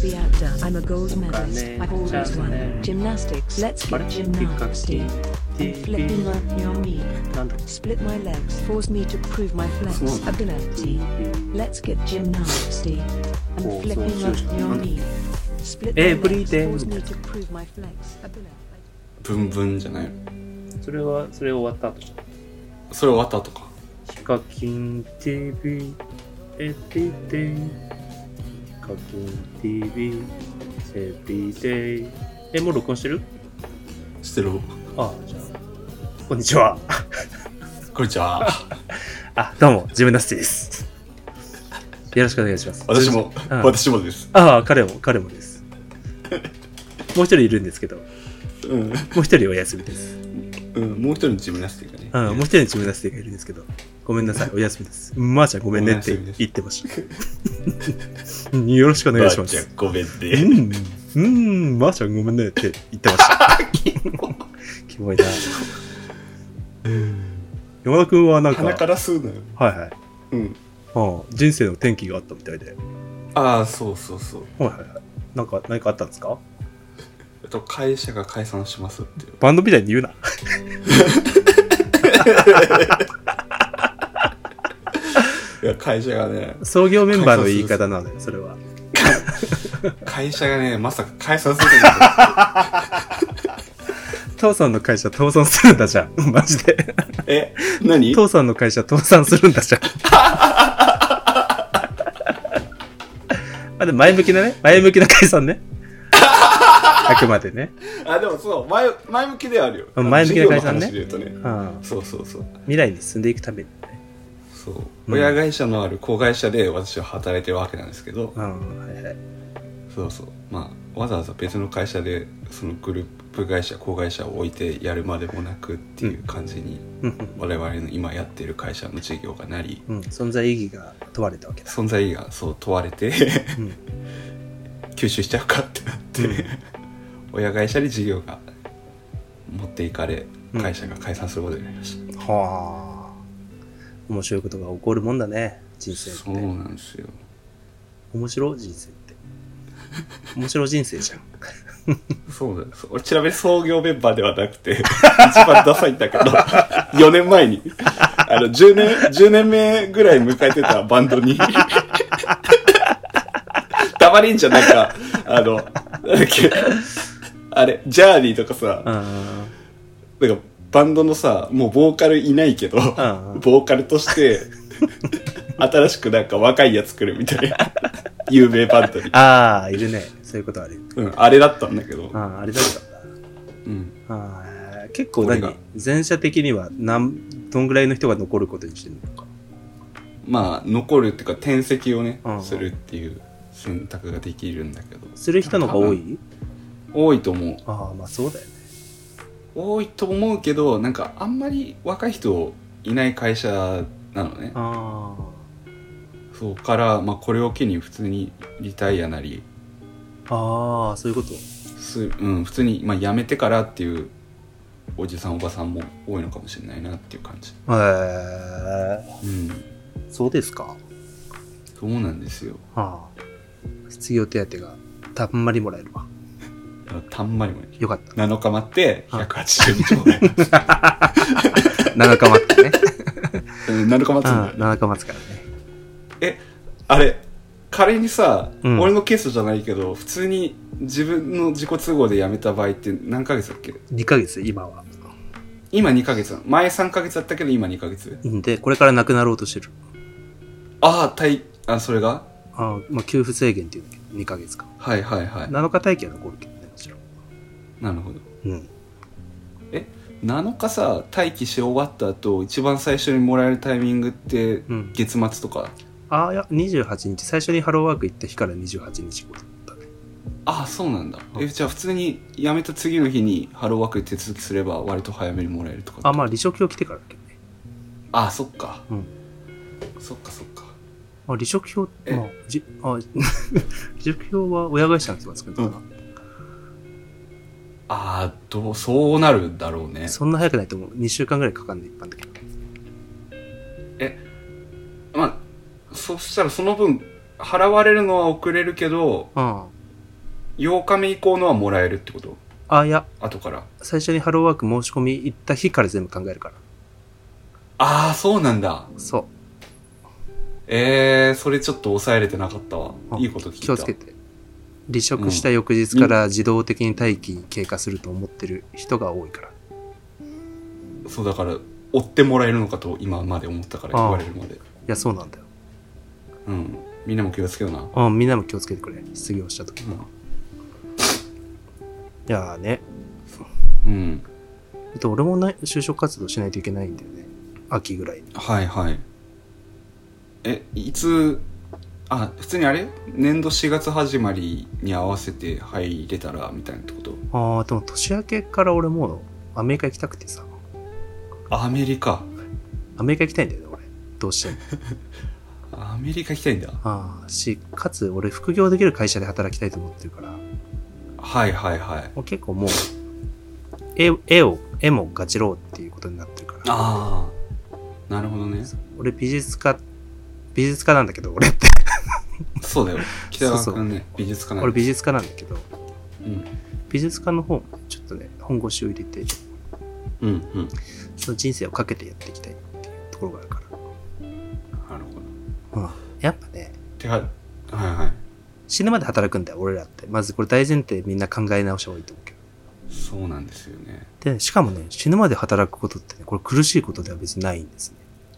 the actor. I'm a gold medalist. I've always won. Gymnastics. Let's get gymnastics. Flipping on your knee. Split my legs. Force me to prove my flexibility. Let's get gymnastics. I'm flipping on your knee. Split my legs. Force me to prove my flexibility. ブンブンじゃないの？ それ終わった後。 それ終わった後か。 ヒカキン TV エビデイヒカキン TV エビデイもう録音してる？ してる。 ああ、じゃあこんにちは。 こんにちは。 あ、どうもジムナスティです。よろしくお願いします。 私もです。 ああ、彼もです。もう一人いるんですけど、 うん、 もう一人お休みです。 うん、もう一人のジムナスティがね。 もう一人のジムナスティがいるんですけど、ごめんなさい、お休みです。まーちゃんごめんねって言ってました。よろしくお願いします。 まーちゃんごめんね。 まーちゃんごめんねって言ってました。キモいな。山田くんはなんか鼻から吸うのよ。 はいはい。 うん。 人生の転機があったみたいで。 ああ、そう。 はいはいはい。何かあったんですか？ 会社が解散しますっていう。 バンドみたいに言うな。 いや、会社がね、 創業メンバーの言い方なのよ、それは。 会社がね、まさか解散するんだ父さんの会社倒産するんだじゃん。マジで。 何？ 父さんの会社倒産するんだじゃん。でも前向きな解散ね。あくまでね。 でもそう、前向きではあるよ。 前向きな会社ね。 そう。 未来に進んでいくためにね。 そう。親会社のある子会社で私は働いてるわけなんですけど。 はいはい。 そう。まあ、わざわざ別の会社で、そのグループ会社、子会社を置いてやるまでもなくっていう感じに、我々の今やってる会社の事業がなり、 存在意義が問われたわけだ。 存在意義がそう問われて、吸収しちゃうかってなって、親会社に事業が持っていかれ、会社が解散することになりました。 はあ、面白いことが起こるもんだね、人生って。 そうなんですよ。 面白い人生って。面白い人生じゃん。 そうだよ。俺ちなみに創業メンバーではなくて、一番ダサいんだけど、4年前に、10年目ぐらい迎えてたバンドに、たまにいんじゃん、なんか、なんだっけ、あれ、ジャーニーとかさ、なんかバンドのさ、もうボーカルいないけど、ボーカルとして、新しくなんか若いやつ来るみたいな、有名バンドに。 ああ、いるね。そういうことある。 あれだったんだけど。 あれだったんだ。結構前者的にはどんぐらいの人が残ることにしてるのか。 まあ、残るっていうか転籍をね、するっていう選択ができるんだけど。 する人の方が多い？ 多いと思う。 まあそうだよね。 多いと思うけど、なんかあんまり若い人いない会社なのね。そうから、まあこれを機に普通にリタイアなり。 そういうこと。 普通に、まあ、辞めてからっていうおじさんおばさんも多いのかもしれないなっていう感じ。 そうですか。 そうなんですよ。 失業手当がたんまりもらえるわ。 たんまりもらえる。 よかった。 7日待って180日もらえます。 7日待ってね。 7日待つんだよ。 7日待つからね。 あれ仮にさ、俺のケースじゃないけど、普通に自分の自己都合で辞めた場合って何ヶ月だっけ？ 2 ヶ月、今は。 今2ヶ月なの？前3ヶ月だったけど今2ヶ月？ で、これからなくなろうとしてる。 それが？ まあ、給付制限っていう2ヶ月か。 はい。 7日待機は残るけどね、もちろん。 なるほど。7日さ、待機し終わった後、一番最初にもらえるタイミングって、月末とか？ いや、28日。最初にハローワーク行った日から28日後だったね。 そうなんだ。じゃあ普通に辞めた次の日にハローワークで手続きすれば割と早めにもらえるとか？ まあ離職票来てからだけどね。 そっか。そっか。 離職票、離職票は親会社の人が作るのかな。 そうなるんだろうね。 そんな早くないと思う。2週間ぐらいかかんない一般的に。 まあ、そしたらその分、払われるのは遅れるけど、 8日目以降のはもらえるってこと？ いや。 後から。 最初にハローワーク申し込み行った日から全部考えるから。 そうなんだ。 そう。 それちょっと抑えれてなかったわ。いいこと聞いた。 気をつけて。離職した翌日から自動的に待機経過すると思ってる人が多いから。 そうだから、追ってもらえるのかと今まで思ったから言われるまで。いや、そうなんだよ。 みんなも気をつけような。 みんなも気をつけてくれ。失業した時に。いやーね。俺も就職活動しないといけないんだよね。秋ぐらいに。 はいはい。いつ、普通にあれ年度4月始まりに合わせて入れたらみたいなってこと？ でも年明けから俺もうアメリカ行きたくてさ。 アメリカ行きたいんだよね、俺。どうしても。 アメリカ行きたいんだ。 かつ俺副業できる会社で働きたいと思ってるから。 はいはいはい。 結構もう、絵もガチろうっていうことになってるから。 なるほどね。 俺美術家なんだけど、俺って。 そうだよ。北川君ね、美術家なんだ。 俺美術家なんだけど、美術家の方もちょっとね、本腰を入れて、その人生をかけてやっていきたいっていうところがあるから。 なるほど。 やっぱね、死ぬまで働くんだよ、俺らって。まずこれ大前提みんな考え直した方がいいと思うけど。 そうなんですよね。 で、しかもね、死ぬまで働くことってね、これ苦しいことでは別にないんです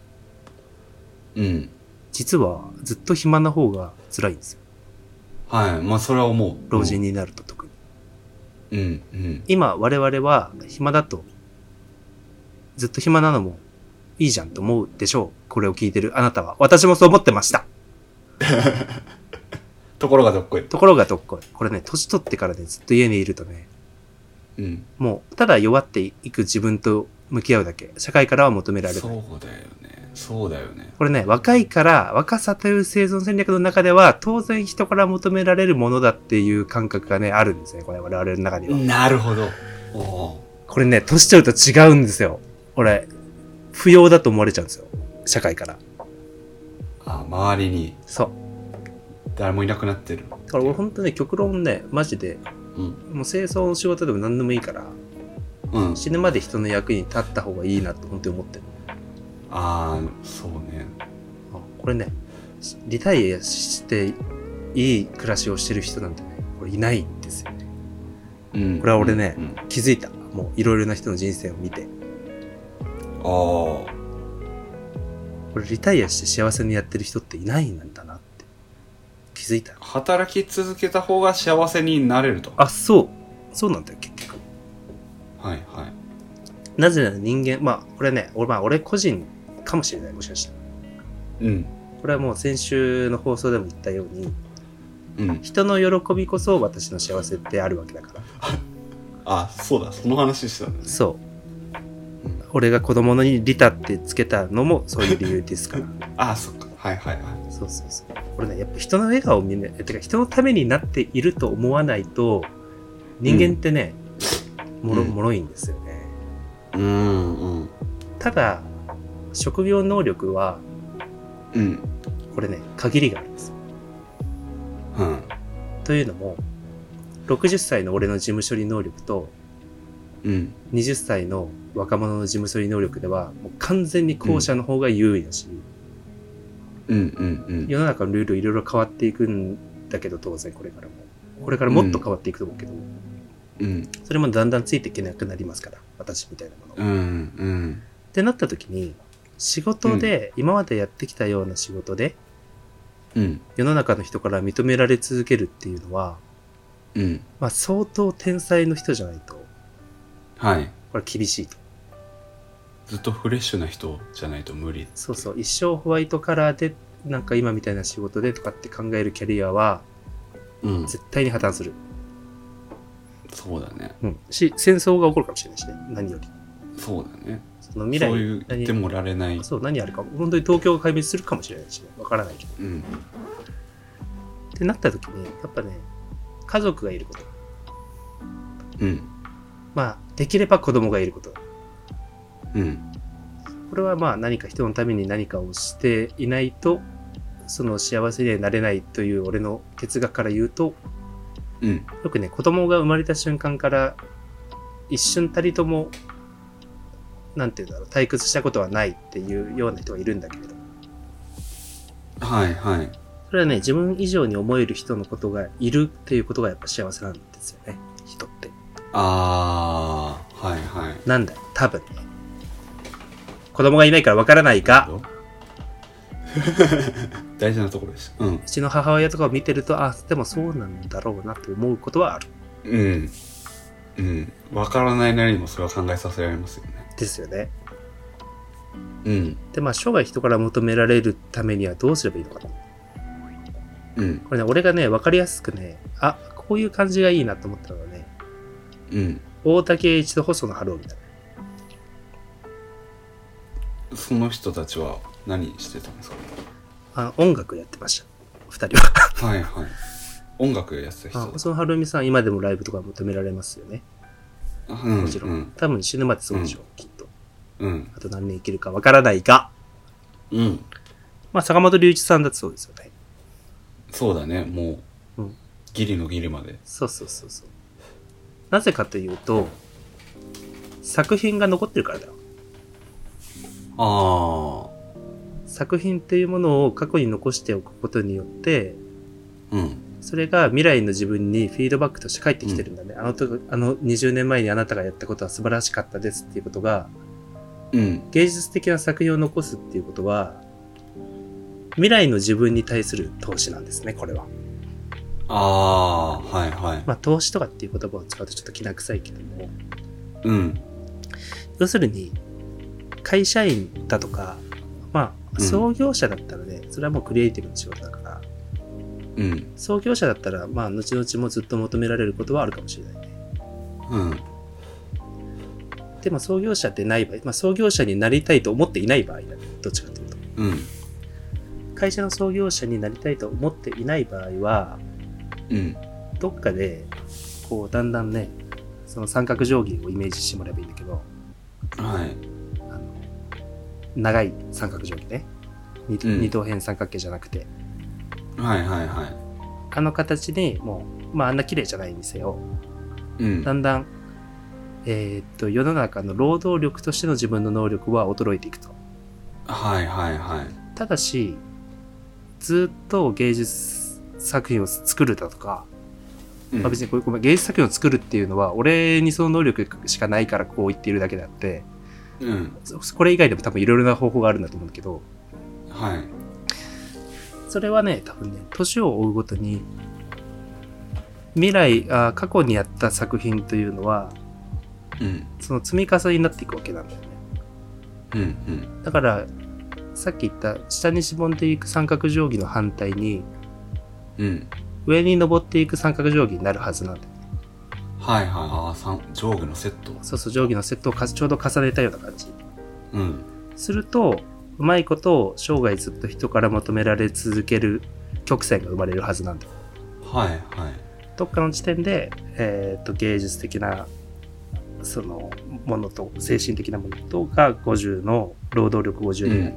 ね。実は、ずっと暇な方が辛いんですよ。 それは思う。 老人になると特に。 今、我々は暇だと、ずっと暇なのもいいじゃんと思うでしょう。これを聞いてるあなたは。私もそう思ってました。 ところがどっこい。 これね、年取ってからね、ずっと家にいるとね、もう、ただ弱っていく自分と向き合うだけ。社会からは求められない。 そうだよね。 これね、若さという生存戦略の中では、当然人から求められるものだっていう感覚がね、あるんですね。これ、我々の中には。 なるほど。 これね、年取ると違うんですよ。俺、不要だと思われちゃうんですよ。社会から。 周りに。 そう。 誰もいなくなってる。 だから俺ほんとね、極論ね、マジで、もう清掃の仕事でも何でもいいから、死ぬまで人の役に立った方がいいなって本当に思ってる。 そうね。 これね、リタイアしていい暮らしをしてる人なんてね、これいないんですよね。これは俺ね、気づいた。もういろいろな人の人生を見て。これリタイアして幸せにやってる人っていないんだなって気づいた。 働き続けた方が幸せになれると。 そうなんだよ、結局。 はい。 なぜなら人間、これね、俺個人かもしれない、もしかしたら。これはもう先週の放送でも言ったように、人の喜びこそ私の幸せってあるわけだから。 そうだ、その話したんだね。 そう。俺が子供にリタってつけたのもそういう理由ですから。 そっか。はい。 そう。これね、やっぱ人の笑顔を見ね、てか人のためになっていると思わないと、人間ってね、もろいんですよね。ただ、職業能力は、これね、限りがあるんですよ。というのも、60歳の俺の事務処理能力と、20歳の若者の事務処理能力では、もう完全に後者の方が優位だし、世の中のルールいろいろ変わっていくんだけど、当然これからもっと変わっていくと思うけど、それもだんだんついていけなくなりますから、私みたいなもの。ってなった時に、仕事で、今までやってきたような仕事で、世の中の人から認められ続けるっていうのは、相当天才の人じゃないと、これ厳しいと。 ずっとフレッシュな人じゃないと無理。 そう、一生ホワイトカラーで、なんか今みたいな仕事でとかって考えるキャリアは、絶対に破綻する。 そうだね。 戦争が起こるかもしれないしね、何より。 そうだね。 その未来そう言ってもられない。 何あるか、本当に東京が壊滅するかもしれないしね、わからないけど。ってなった時に、やっぱね、家族がいること。できれば子供がいること。これは何か人のために何かをしていないと、その幸せにはなれないという俺の哲学から言うと、 うん。 よくね、子供が生まれた瞬間から一瞬たりともなんていうんだろう、退屈したことはないっていうような人がいるんだけれど、 はいはい。 それはね、自分以上に思える人のことがいるっていうことがやっぱ幸せなんですよね、人って。 あー、はいはい。 なんだよ、多分ね。子供がいないからわからないが、 大事なところです。うん。 うちの母親とかを見てると、あ、でもそうなんだろうなと思うことはある。 うん。うん。わからないなりにもそれは考えさせられますよね。 ですよね。 うん。 で、まあ、生涯人から求められるためにはどうすればいいのかな。 うん。 これね、俺がね、わかりやすくね、あ、こういう感じがいいなと思ったのはね、 うん。 大竹栄一と細野晴臣みたいな。 その人たちは何してたんですか？ 音楽やってました。二人は。 はいはい。音楽やってた人。 細野晴臣さん、今でもライブとか求められますよね。 うん、 もちろん。 うん、 多分死ぬまでそうでしょう、きっと。 うん。 あと何年生きるかわからないが。 うん。 まあ、坂本龍一さんだってそうですよね。 そうだね、もう、 うん、 ギリのギリまで。 そうそうそうそう。なぜかというと、作品が残ってるからだよ。 ああ。 作品っていうものを過去に残しておくことによって、 うん。 それが未来の自分にフィードバックとして返ってきてるんだね。あの20年前にあなたがやったことは素晴らしかったですっていうことが、 うん。 芸術的な作品を残すっていうことは、未来の自分に対する投資なんですね、これは。 ああ、はいはい。 まあ、投資とかっていう言葉を使うとちょっときな臭いけども、 うん。 要するに、会社員だとか、まあ、創業者だったらね、それはもうクリエイティブの仕事だから、 うん。 創業者だったら、まあ、後々もずっと求められることはあるかもしれないね。 うん。 でも創業者ってない場合、まあ、創業者になりたいと思っていない場合だね。どっちかというと。 うん。 会社の創業者になりたいと思っていない場合は、 うん。 どっかで、こう、だんだんね、その三角定規をイメージしてもらえばいいんだけど、 はい。 長い三角定規ね。二等辺三角形じゃなくて。 はいはいはい。 あの形に、もう、まあ、あんな綺麗じゃないにせよ。 うん。 だんだん、世の中の労働力としての自分の能力は衰えていくと。 はいはいはい。 ただし、ずっと芸術作品を作るだとか、 うん、 まあ、別にごめん、芸術作品を作るっていうのは、俺にその能力しかないからこう言っているだけであって、 うん、 これ以外でも多分いろいろな方法があるんだと思うんだけど、 はい。 それはね、多分ね、年を追うごとに、過去にやった作品というのは、 うん、 その積み重ねになっていくわけなんだよね。 うんうん、 だから、さっき言った下にしぼんでいく三角定規の反対に、 うん、 上に登っていく三角定規になるはずなんだよね。 はいはい。ああ、上下のセット。 そうそう、定規のセットをちょうど重ねたような感じ。 うん。 すると、うまいこと生涯ずっと人から求められ続ける曲線が生まれるはずなんだよ。 はいはい。 どっかの時点で、芸術的なそのものと精神的なものとが50の労働力50になって、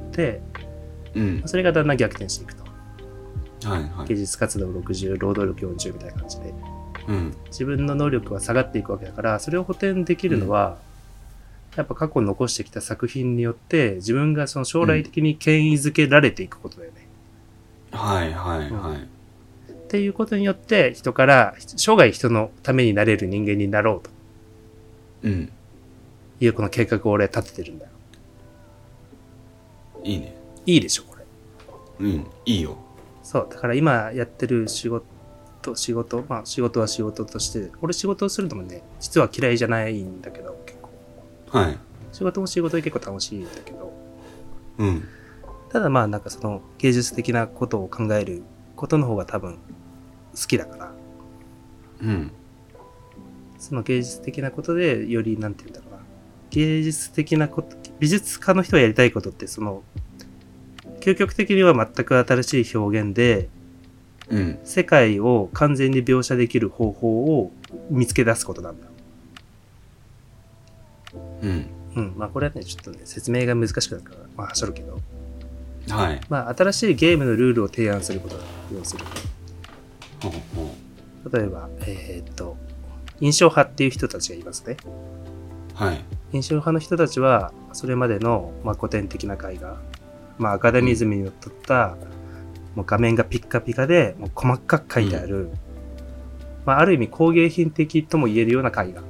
うん、 それがだんだん逆転していくと。 はいはい。 芸術活動60、労働力40みたいな感じで、 うん、 自分の能力は下がっていくわけだから、それを補填できるのは、やっぱ過去に残してきた作品によって自分がその将来的に権威づけられていくことだよね。 はいはいはい。 っていうことによって人から生涯人のためになれる人間になろうと。 うん。 いうこの計画を俺立ててるんだよ。 いいね。 いいでしょこれ。 うん、いいよ。 そうだから今やってる仕事まあ仕事は仕事として俺仕事をするのもね実は嫌いじゃないんだけど結構。 はい。 仕事も仕事で結構楽しいんだけど。 うん。 ただまあなんかその芸術的なことを考えることの方が多分好きだから。 うん。 その芸術的なことでよりなんて言うんだろうな。芸術的なこと、美術家の人がやりたいことってその究極的には全く新しい表現で、 うん、 世界を完全に描写できる方法を見つけ出すことなんだ。 うん。 うん。まあこれはね、ちょっとね、説明が難しくなるから、まあはしょるけど。 はい。 まあ新しいゲームのルールを提案することだ。要するに。 ほうほ例えば、印象派っていう人たちがいますね。 はい。 印象派の人たちは、それまでの、古典的な絵画、アカデミズムにのっとった、もう画面がピッカピカで、もう細かく描いてある、ある意味工芸品的とも言えるような絵画。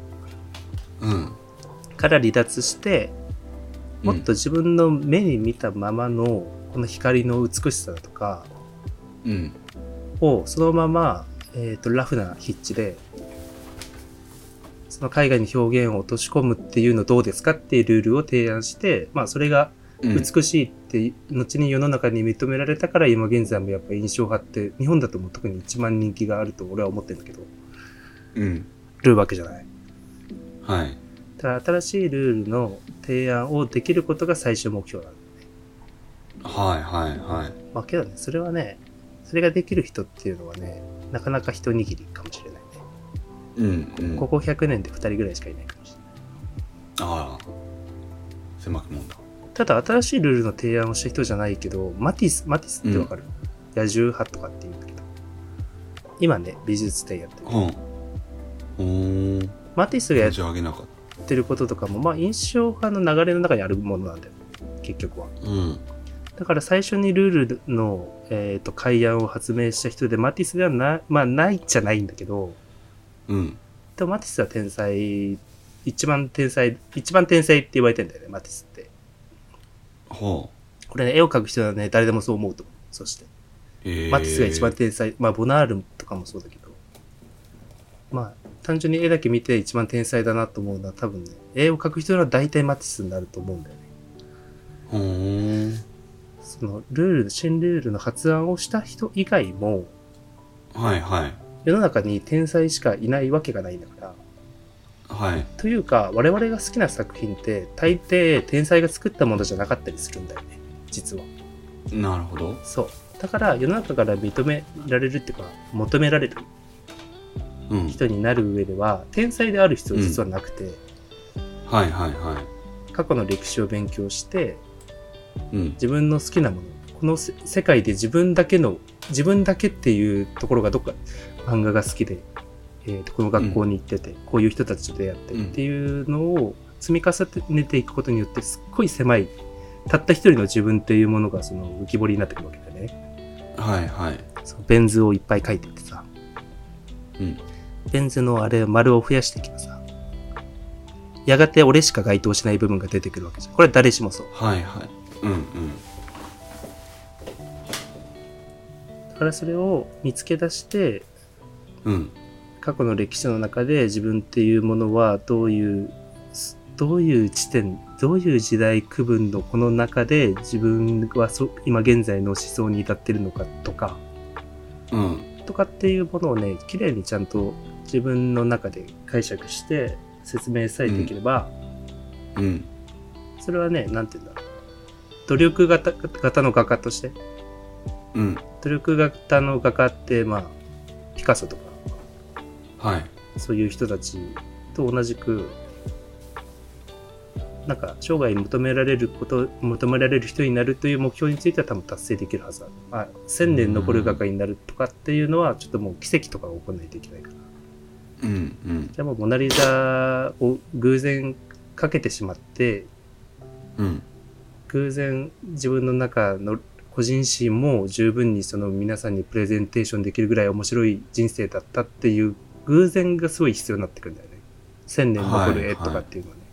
から離脱して、もっと自分の目に見たままの、この光の美しさだとか、をそのまま、ラフな筆致で、その絵画に表現を落とし込むっていうのどうですかっていうルールを提案して、それが美しいって後に世の中に認められたから、今現在もやっぱ印象派って日本だとも特に一番人気があると俺は思ってるんだけど、るわけじゃない。 はい。 だから新しいルールの提案をできることが最終目標なんだね。 はいはいはい。 けどね、それはね、それができる人っていうのはね、なかなか一握りかもしれないね。ここ100年で2人ぐらいしかいないかもしれない。 ああ、狭くもんだ。 ただ新しいルールの提案をした人じゃないけど、マティスってわかる？野獣派とかって言うんだけど、今ね、美術展やってる。マティスがやってることとかも、印象派の流れの中にあるものなんだよ、結局は。だから最初にルールの、改案を発明した人で、マティスではないじゃないんだけど、でもマティスは天才、一番天才って言われてんだよね、マティスって。これね、絵を描く人はね、誰でもそう思うと思う。そして。マティスが一番天才、ボナールとかもそうだけど、単純に絵だけ見て一番天才だなと思うのは多分ね、絵を描く人は大体マティスになると思うんだよね。その新ルールの発案をした人以外も、世の中に天才しかいないわけがないんだから、というか我々が好きな作品って大抵天才が作ったものじゃなかったりするんだよね、実は。 なるほど。 そう。だから世の中から認められるっていうか、求められる人になる上では、天才である必要は実はなくて、過去の歴史を勉強して、自分の好きなもの、この世界で自分だけっていうところがどっか漫画が好きで、この学校に行ってて、こういう人たちと出会ってっていうのを積み重ねていくことによって、すっごい狭いたった一人の自分っていうものがその浮き彫りになってくるわけだよね。そのベン図をいっぱい書いてってさ、ベン図のあれ丸を増やしていけばさ、やがて俺しか該当しない部分が出てくるわけじゃん。これ誰しもそう。だからそれを見つけ出して、過去の歴史の中で自分っていうものはどういう地点、どういう時代区分のこの中で自分は今現在の思想に至ってるのかとか、とかっていうものをね、綺麗にちゃんと自分の中で解釈して説明さえできれば、それはね、なんていうんだろう、努力型の画家として、努力型の画家ってピカソとか、そういう人たちと同じく、なんか生涯求められる人になるという目標については多分達成できるはずだ。1000年残る画家になるとかっていうのはちょっともう奇跡とかが起こらないといけないから。じゃあもうモナリザを偶然かけてしまって、偶然自分の中の個人史も十分にその皆さんにプレゼンテーションできるぐらい面白い人生だったっていう偶然がすごい必要になってくるんだよね。1000年残る絵とかっていうのはね。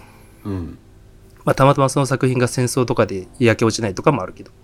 たまたまその作品が戦争とかで焼け落ちないとかもあるけど。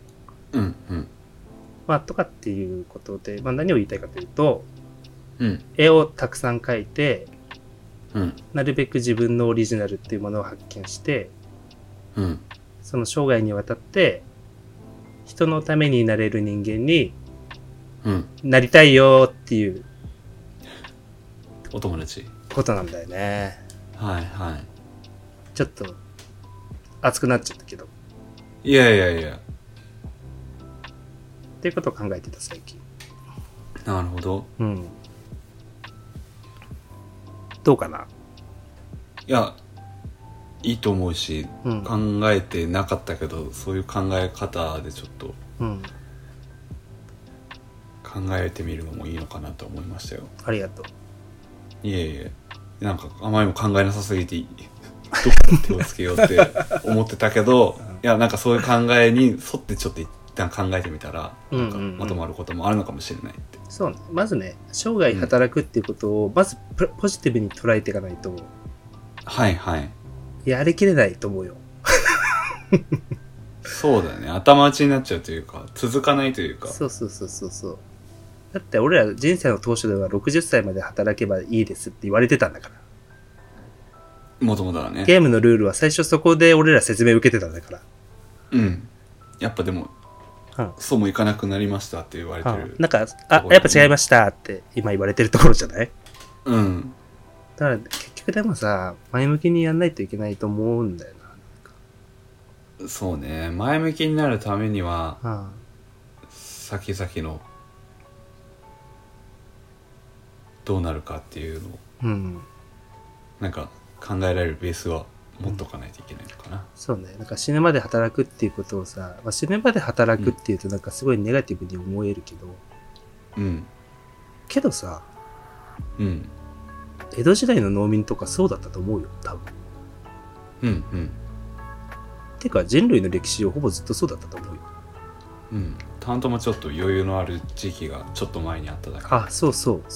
とかっていうことで、何を言いたいかというと、絵をたくさん描いて、なるべく自分のオリジナルっていうものを発見して、その生涯にわたって人のためになれる人間になりたいよっていうお友達ことなんだよね。 はいちょっと熱くなっちゃったけど、 いやっていうことを考えてた最近。 なるほど。 どうかな。 いや、いいと思うし、考えてなかったけど、そういう考え方でちょっと、考考えてみるのもいいのかなと思いましたよ。 ありがとう。 いえいえ、なんかあまりにも考えなさすぎてどこに手をつけようって思ってたけどいやなんかそういう考えに沿ってちょっと一旦考えてみたらなんかまとまることもあるのかもしれないって、 そうね、まずね生涯働くっていうことをまずポジティブに捉えていかないと、 はいはい、 やりきれないと思うよ。 そうだよね、頭打ちになっちゃうというか続かないというか。 そうだって俺ら人生の当初では60歳まで働けばいいですって言われてたんだから。 もともとだね。 ゲームのルールは最初そこで俺ら説明受けてたんだから。 うん。やっぱでも、そうもいかなくなりましたって言われてる。 なんか、やっぱ違いましたって今言われてるところじゃない？ うん。 だから結局でもさ、前向きにやんないといけないと思うんだよな。そうね。前向きになるためには、先々のどうなるかっていうのを、なんか考えられるベースは持っとかないといけないのかな。 そうね。なんか死ぬまで働くっていうことをさ、死ぬまで働くっていうとなんかすごいネガティブに思えるけど、けどさ、江戸時代の農民とかそうだったと思うよ、多分。てか人類の歴史をほぼずっとそうだったと思うよ。 担当もちょっと余裕のある時期がちょっと前にあっただけ。 そう。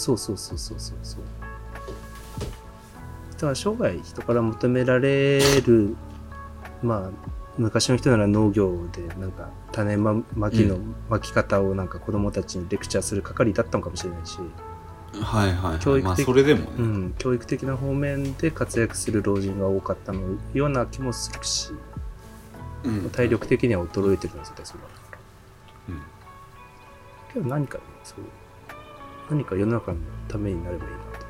だから生涯人から求められる、昔の人なら農業でなんか種まきの巻き方をなんか子供たちにレクチャーする係だったのかもしれないし、教育的、 それでもね、 教育的な方面で活躍する老人が多かったのような気もするし、体力的には衰えてるのは絶対そうだから。けど何か世の中のためになればいいなと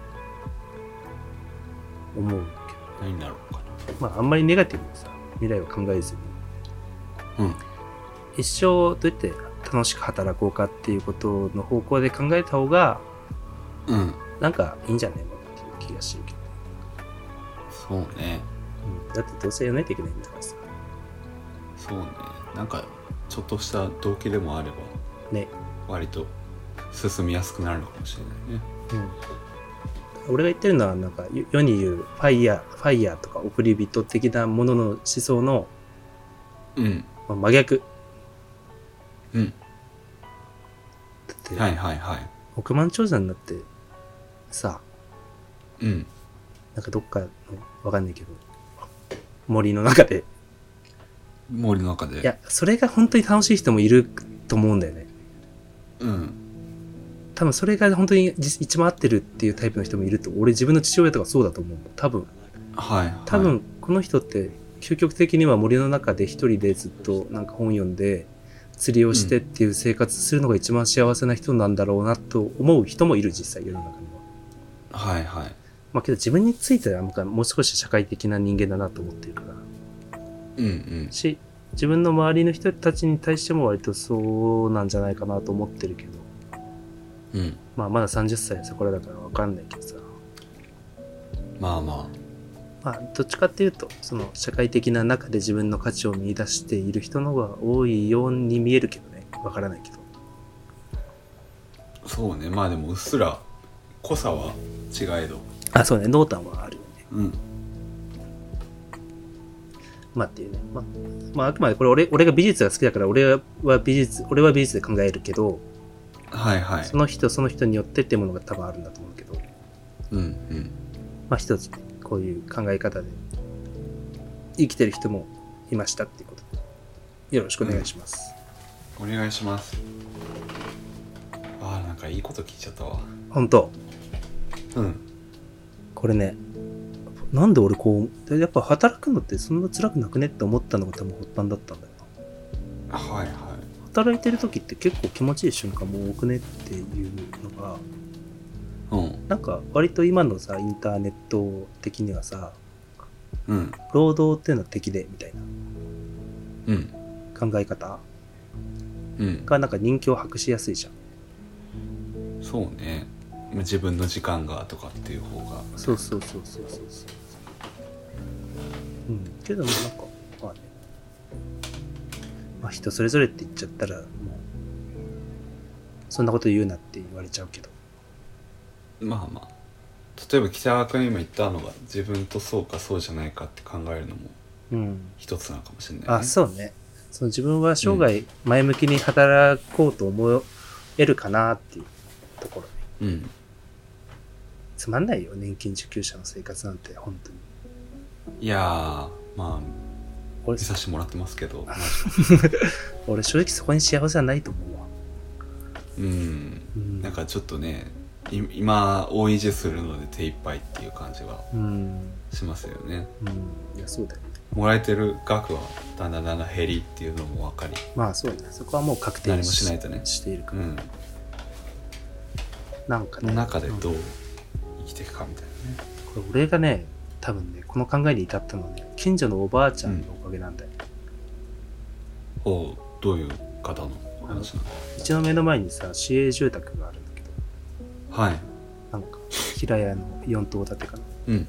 思うけど。 何になるのかな。 あんまりネガティブにさ、未来を考えずに、一生どうやって楽しく働こうかっていうことの方向で考えた方が、なんかいいんじゃないのっていう気がしてるけど。 そうね。 だってどうせやらないといけないんだからさ。 そうね。なんかちょっとした動機でもあればね、割と進みやすくなるのかもしれないね。 俺が言ってるのはなんか世に言うファイヤーとか送り人的なものの思想の、真逆。だって億万長者になってさ、なんかどっかのわかんないけど森の中でいやそれが本当に楽しい人もいると思うんだよね。多分それが本当に一番合ってるっていうタイプの人もいると。俺自分の父親とかそうだと思う。多分この人って究極的には森の中で一人でずっとなんか本読んで釣りをしてっていう生活するのが一番幸せな人なんだろうなと思う人もいる、実際世の中には。けど自分についてはもう少し社会的な人間だなと思ってるから、し自分の周りの人たちに対しても割とそうなんじゃないかなと思ってるけど、まだ30歳そこらだから分かんないけどさ、どっちかっていうとその社会的な中で自分の価値を見出している人の方が多いように見えるけどね。分からないけど。 そうね。でもうっすら濃さは違えど、 そうね、濃淡はあるよね。っていうね。あくまでこれ俺が美術が好きだから俺は美術で考えるけど、その人によってっていうものが多分あるんだと思うけど、一つこういう考え方で生きてる人もいましたっていうことでよろしくお願いします。 お願いします。なんかいいこと聞いちゃったわ。 本当。これね、なんで俺やっぱ働くのってそんな辛くなくねって思ったのが多分発端だったんだよな。働いてる時って結構気持ちいい瞬間も多くねっていうのが、なんか割と今のさインターネット的にはさ、労働っていうのは敵でみたいな、考え方、がなんか人気を博しやすいじゃん。 そうね。自分の時間がとかっていう方が。 そう。けどなんか人それぞれって言っちゃったらもそんなこと言うなって言われちゃうけど。 まあまあ例えば北川君今言ったのが自分とそうかそうじゃないかって考えるのも一つなのかもしれない、ね、 あ、そうね。その自分は生涯前向きに働こうと思えるかなっていうところね。つまんないよ、年金受給者の生活なんて本当に。 いやー、まあ見させてもらってますけど俺正直そこに幸せはないと思うわ。 なんかちょっとね今大維持するので手一杯っていう感じはしますよね。 いやそうだよね。 もらえてる額はだんだん減りっていうのも分かり、 まあそうね、そこはもう確定何もしないとねしているから、なんかねの中でどう生きていくかみたいなね。 これ俺がね多分ねこの考えに至ったのはね近所のおばあちゃんのおかげなんだよね。 どういう方の話なの？ うちの目の前にさ市営住宅があるんだけど、 はい、 なんか平屋の4棟建てかな。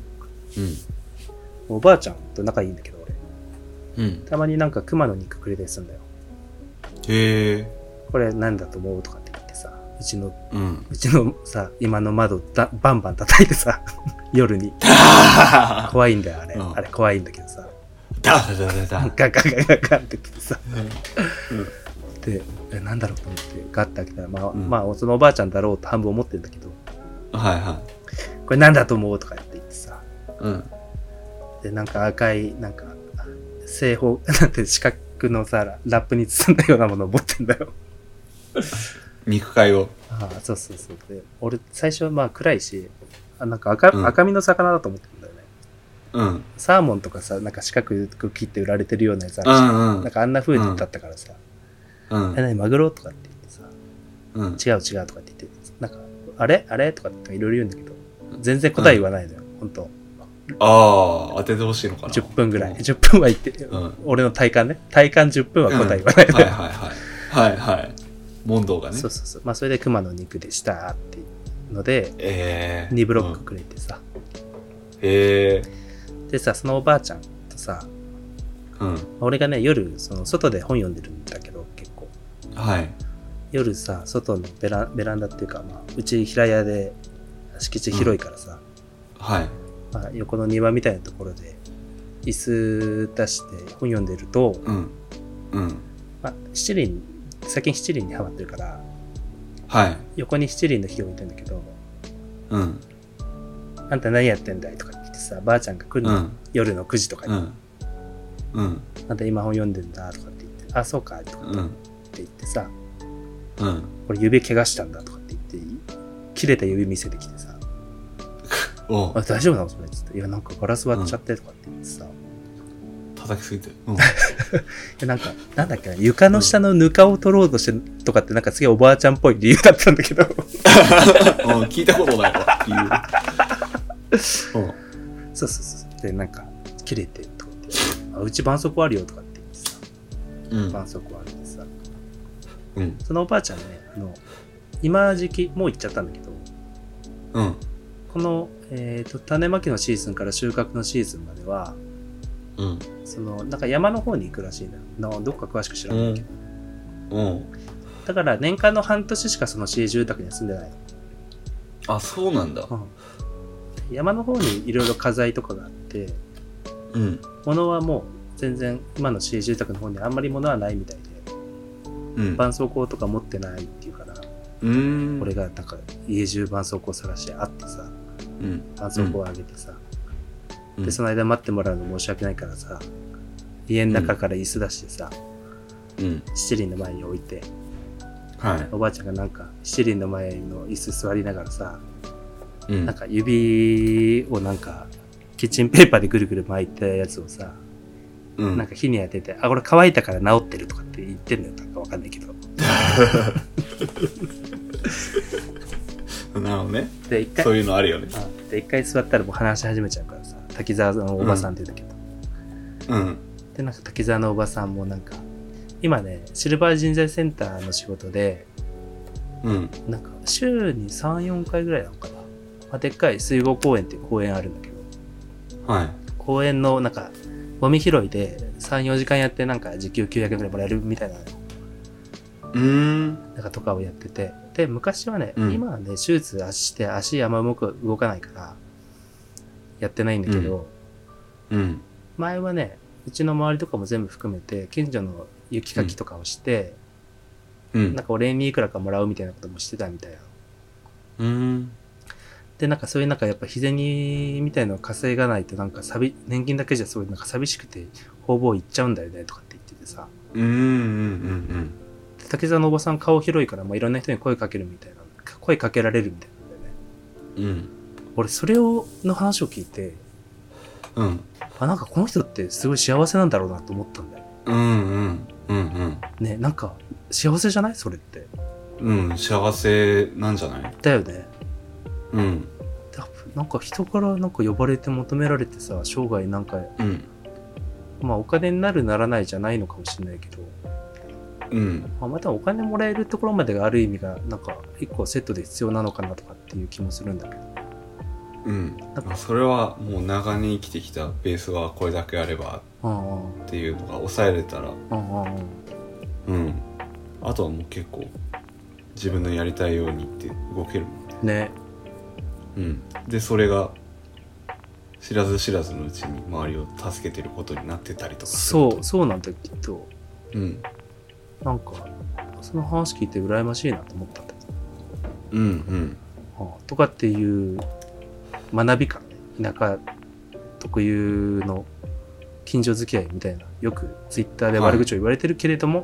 おばあちゃんと仲いいんだけど俺、たまになんか熊の肉くれたりするんだよ。 へえ。 これなんだと思うとかって言ってさ、うちのさ今の窓バンバン叩いてさ夜に怖いんだよあれ、あれ怖いんだけどさガガガガガガって言ってさ、でなんだろうと思ってガッて開けたらまあそのおばあちゃんだろうと半分思ってるんだけど、これなんだと思うとかって言ってさ、でなんか赤いなんか正方なんて四角のさラップに包んだようなものを持ってんだよ肉塊を。 そうで俺最初はまあ暗いしなんか赤身の魚だと思ってるんだよね。サーモンとかさなんか四角く切って売られてるようなやつあるし、なんかあんな風だったからさ、何マグロとかって言ってさ、違うとかって言ってなんかあれとかっていろいろ言うんだけど全然答え言わないのよ、本当。 当ててほしいのかな。 10分ぐらい。10分は言って、俺の体感ね。体感10分は答え言わないのよ。 はい。問答がね。 そう。まあそれで熊の肉でしたっていうので、2ブロックくれてさ。でさ、そのおばあちゃんとさ、俺がね、夜、外で本読んでるんだけど、結構。夜さ、外のベランダっていうか、まあ、うち平屋で敷地広いからさ、まあ、横の庭みたいなところで椅子出して本読んでると、まあ、最近七輪にハマってるから、横に七輪の火を置いてんだけど、あんた何やってんだいとか言ってさ、ばあちゃんが来るの、夜の9時とかに、あんた今本読んでんだとかって言って、あ、そうかとかって言ってさ、これ指怪我したんだとかって言って、切れた指見せてきてさ、大丈夫なのそれっつって、いやなんかガラス割っちゃってとかって言ってさ、 叩きすぎて、 なんかなんだっけな、床の下のぬかを取ろうとしてとかってなんかすげえおばあちゃんっぽい理由だったんだけど聞いたことないわ理由。 そうでなんか切れてとかってうち絆創膏あるよとかって言ってさ、絆創膏あるんでさ、そのおばあちゃんね、今時期もう行っちゃったんだけど、この、種まきのシーズンから収穫のシーズンまでは、なんか山の方に行くらしいの。どっか詳しく知らないけど。だから年間の半年しかその市営住宅には住んでないの。 あ、そうなんだ。 山の方にいろいろ家財とかがあって、物はもう全然今の市営住宅の方にあんまり物はないみたいで、絆創膏とか持ってないっていうから、俺がなんか家中絆創膏探してあってさ、絆創膏をあげてさ、でその間待ってもらうの申し訳ないからさ、家の中から椅子出してさ、七輪の前に置いて、おばあちゃんがなんか七輪の前の椅子座りながらさ、なんか指をなんかキッチンペーパーでぐるぐる巻いたやつをさ、なんか火に当てて、これ乾いたから治ってるとかって言ってんのよ。なんかわかんないけど。 なるほどね。でそういうのあるよね。 で一回座ったらもう話し始めちゃうからさ、滝沢のおばさんって言うんだけど、でなんか滝沢のおばさんもなんか今ねシルバー人材センターの仕事で、なんか週に 3,4 回ぐらいなのかな、まあ、でっかい水郷公園っていう公園あるんだけど、公園のなんかゴミ拾いで 3,4 時間やってなんか時給900円ぐらいもらえるみたいななんかとかをやってて、 で、昔はね、今はね、手術して足あんま動かないから、やってないんだけど、前はね、うちの周りとかも全部含めて、近所の雪かきとかをして、なんかお礼にいくらかもらうみたいなこともしてたみたいな。で、なんかそういうなんかやっぱ日銭みたいなのを稼がないとなんか年金だけじゃすごいなんか寂しくて方々行っちゃうんだよねとかって言っててさ。竹澤のおばさん顔広いから、まあ、いろんな人に声かけるみたいな。声かけられるみたいなんだよね。俺それの話を聞いて、なんかこの人ってすごい幸せなんだろうなと思ったんだよ。ね、なんか幸せじゃないそれって。 幸せなんじゃないだよね。なんか人からなんか呼ばれて求められてさ、生涯なんか、まあお金になるならないじゃないのかもしれないけど、またお金もらえるところまでがある意味がなんか一個セットで必要なのかなとかっていう気もするんだけど。 なんかそれはもう長年生きてきたベースがこれだけあればっていうのが抑えれたら、あとはもう結構自分のやりたいようにって動けるもんね。 でそれが知らず知らずのうちに周りを助けてることになってたりとかすると。 そうなんだよきっと。なんかその話聞いて羨ましいなと思ったんだけど。とかっていう学び感ね、田舎特有の近所付き合いみたいな、よくツイッターで悪口を言われてるけれども、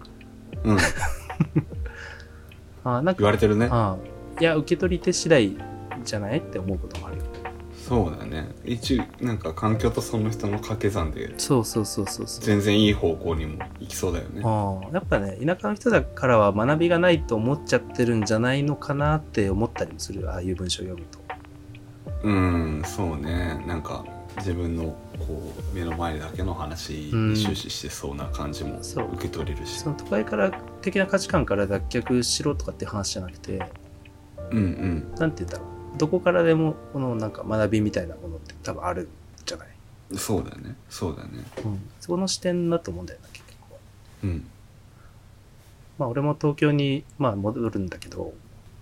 なんか言われてるね。 いや受け取り手次第じゃないって思うこともあるよ。 そうだね。なんか環境とその人の掛け算で、 そう全然いい方向にも行きそうだよね。 やっぱね、田舎の人だからは学びがないと思っちゃってるんじゃないのかなって思ったりもする。ああいう文章を読むと。 そうね。なんか自分のこう目の前だけの話に終始してそうな感じも受け取れるし、 その都会から的な価値観から脱却しろとかって話じゃなくて、なんて言うんだろう、どこからでもこのなんか学びみたいなものって多分あるんじゃない。 そうだね。 その視点だと思うんだよな結構。まあ俺も東京に戻るんだけど、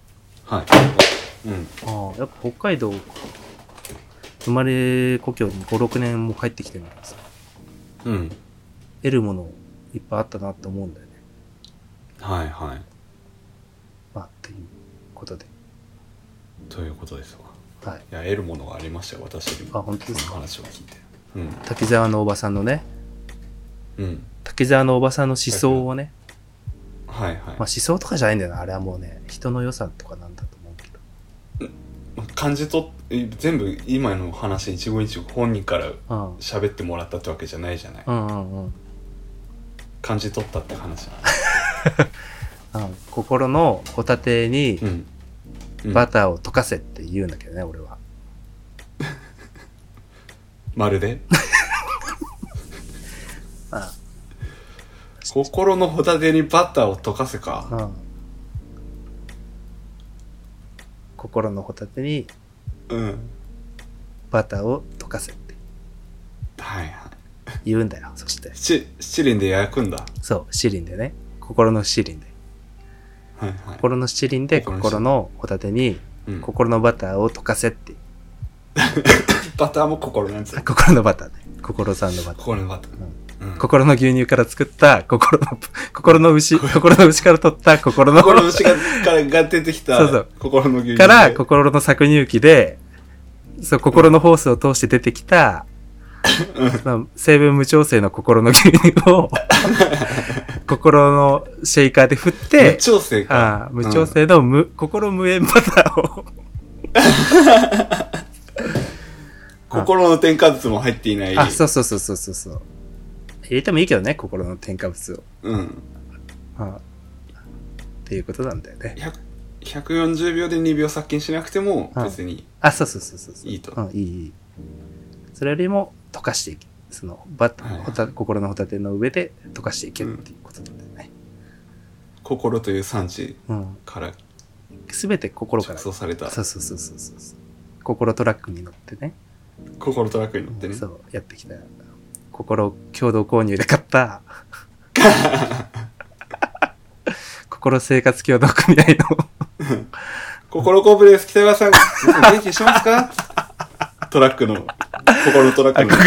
やっぱ北海道生まれ故郷に 5,6 年も帰ってきてるからさ、得るものいっぱいあったなって思うんだよね。っていうことで。 ということですわ。いや、得るものがありましたよ、私にも。 本当ですか。 話を聞いて。 滝沢のおばさんのね。滝沢のおばさんの思想をね。思想とかじゃないんだよな。あれはもうね、人の良さとかなんだと思うけど。 感じ取って全部今の話一語一語本人から喋ってもらったってわけじゃないじゃない。感じ取ったって話。 心のホタテにバターを溶かせって言うんだけどね、俺は。 まるで心のホタテにバターを溶かせか。 心のホタテにバターを溶かせって言うんだよ。そして七輪で焼くんだ。 そう、七輪でね、心の七輪で、心の七輪で心のホタテに心のバターを溶かせってバターも心なんですよ。 心のバターね、心さんのバター、 心のバター、 心の牛乳から作った心の牛から取った心の牛が出てきた心の牛乳から心の搾乳機で、心のホースを通して出てきた成分無調整の心の牛乳を心のシェイカーで振って無調整か。 無調整の心無塩バターを心の添加物も入っていない。 そう入れてもいいけどね、心の添加物を。っていうことなんだよね。 140秒で2秒殺菌しなくても別にいいと。 いい。それよりも溶かしていけ、その心のホタテの上で溶かしていけるっていうことなんだよね。 心という産地から全て心から着想された。 心トラックに乗ってね。そうやってきた。共同購入で買った心生活協同組合の心コンプレックス北川さん元気しますかトラックの心のトラックの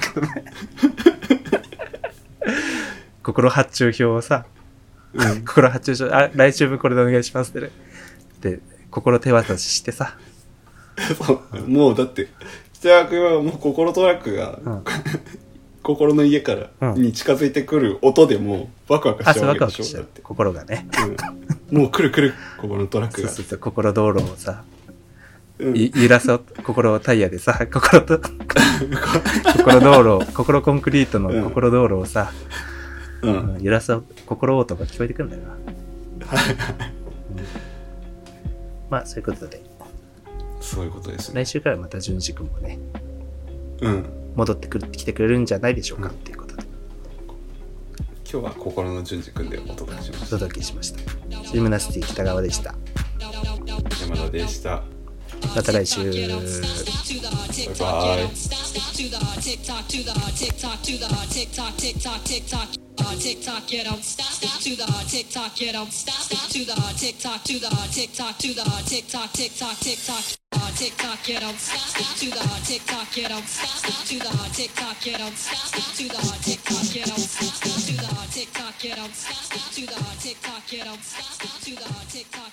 心発注表をさ、心発注表来週分これでお願いしますってねで心手渡ししてさもうだって北川君はもう心トラックが、心の家からに近づいてくる音でもうワクワクしちゃうわけでしょ。だって心がね、 もう来る心のトラックがそう心道路をさ、揺らそう心タイヤでさ心道路心コンクリートの心道路をさ、揺らそう心音が聞こえてくるんだよな、まあそういうことでそういうことですね。 来週からまた淳二君もね、戻ってきてくれるんじゃないでしょうか、っていうことで今日は心の淳二君でお届けしました。 お届けしました。ジムナスティ北川でした。 山田でした。 また来週。バイバイ。 Tick tock, get on stop to the tick tock, get on stop to the tick tock to the tick tock to the tick tock tick tock tick tock tick tock, get on stop to the tick tock, get on stop to the tick tock, get on stop to the tick tock, get on stop to the tick tock, get on stop to the tick tock, get on stop to the tick tock.